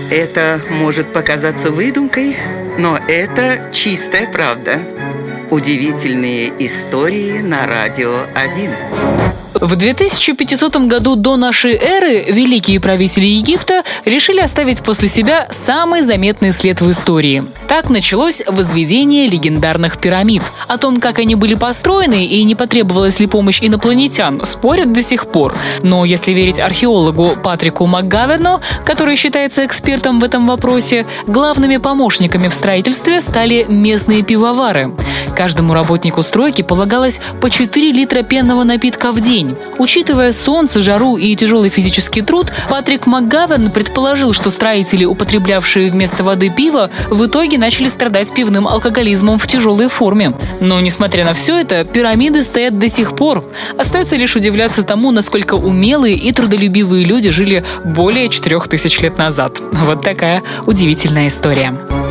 Это может показаться выдумкой, но это чистая правда. Удивительные истории на Радио 1. В 2500 году до нашей эры великие правители Египта решили оставить после себя самый заметный след в истории. Так началось возведение легендарных пирамид. О том, как они были построены и не потребовалась ли помощь инопланетян, спорят до сих пор. Но если верить археологу Патрику МакГаверну, который считается экспертом в этом вопросе, главными помощниками в строительстве стали местные пивовары. Каждому работнику стройки полагалось по 4 литра пенного напитка в день. Учитывая солнце, жару и тяжелый физический труд, Патрик МакГаверн предположил, что строители, употреблявшие вместо воды пиво, в итоге начали страдать пивным алкоголизмом в тяжелой форме. Но, несмотря на все это, пирамиды стоят до сих пор. Остается лишь удивляться тому, насколько умелые и трудолюбивые люди жили более 4000 лет назад. Вот такая удивительная история.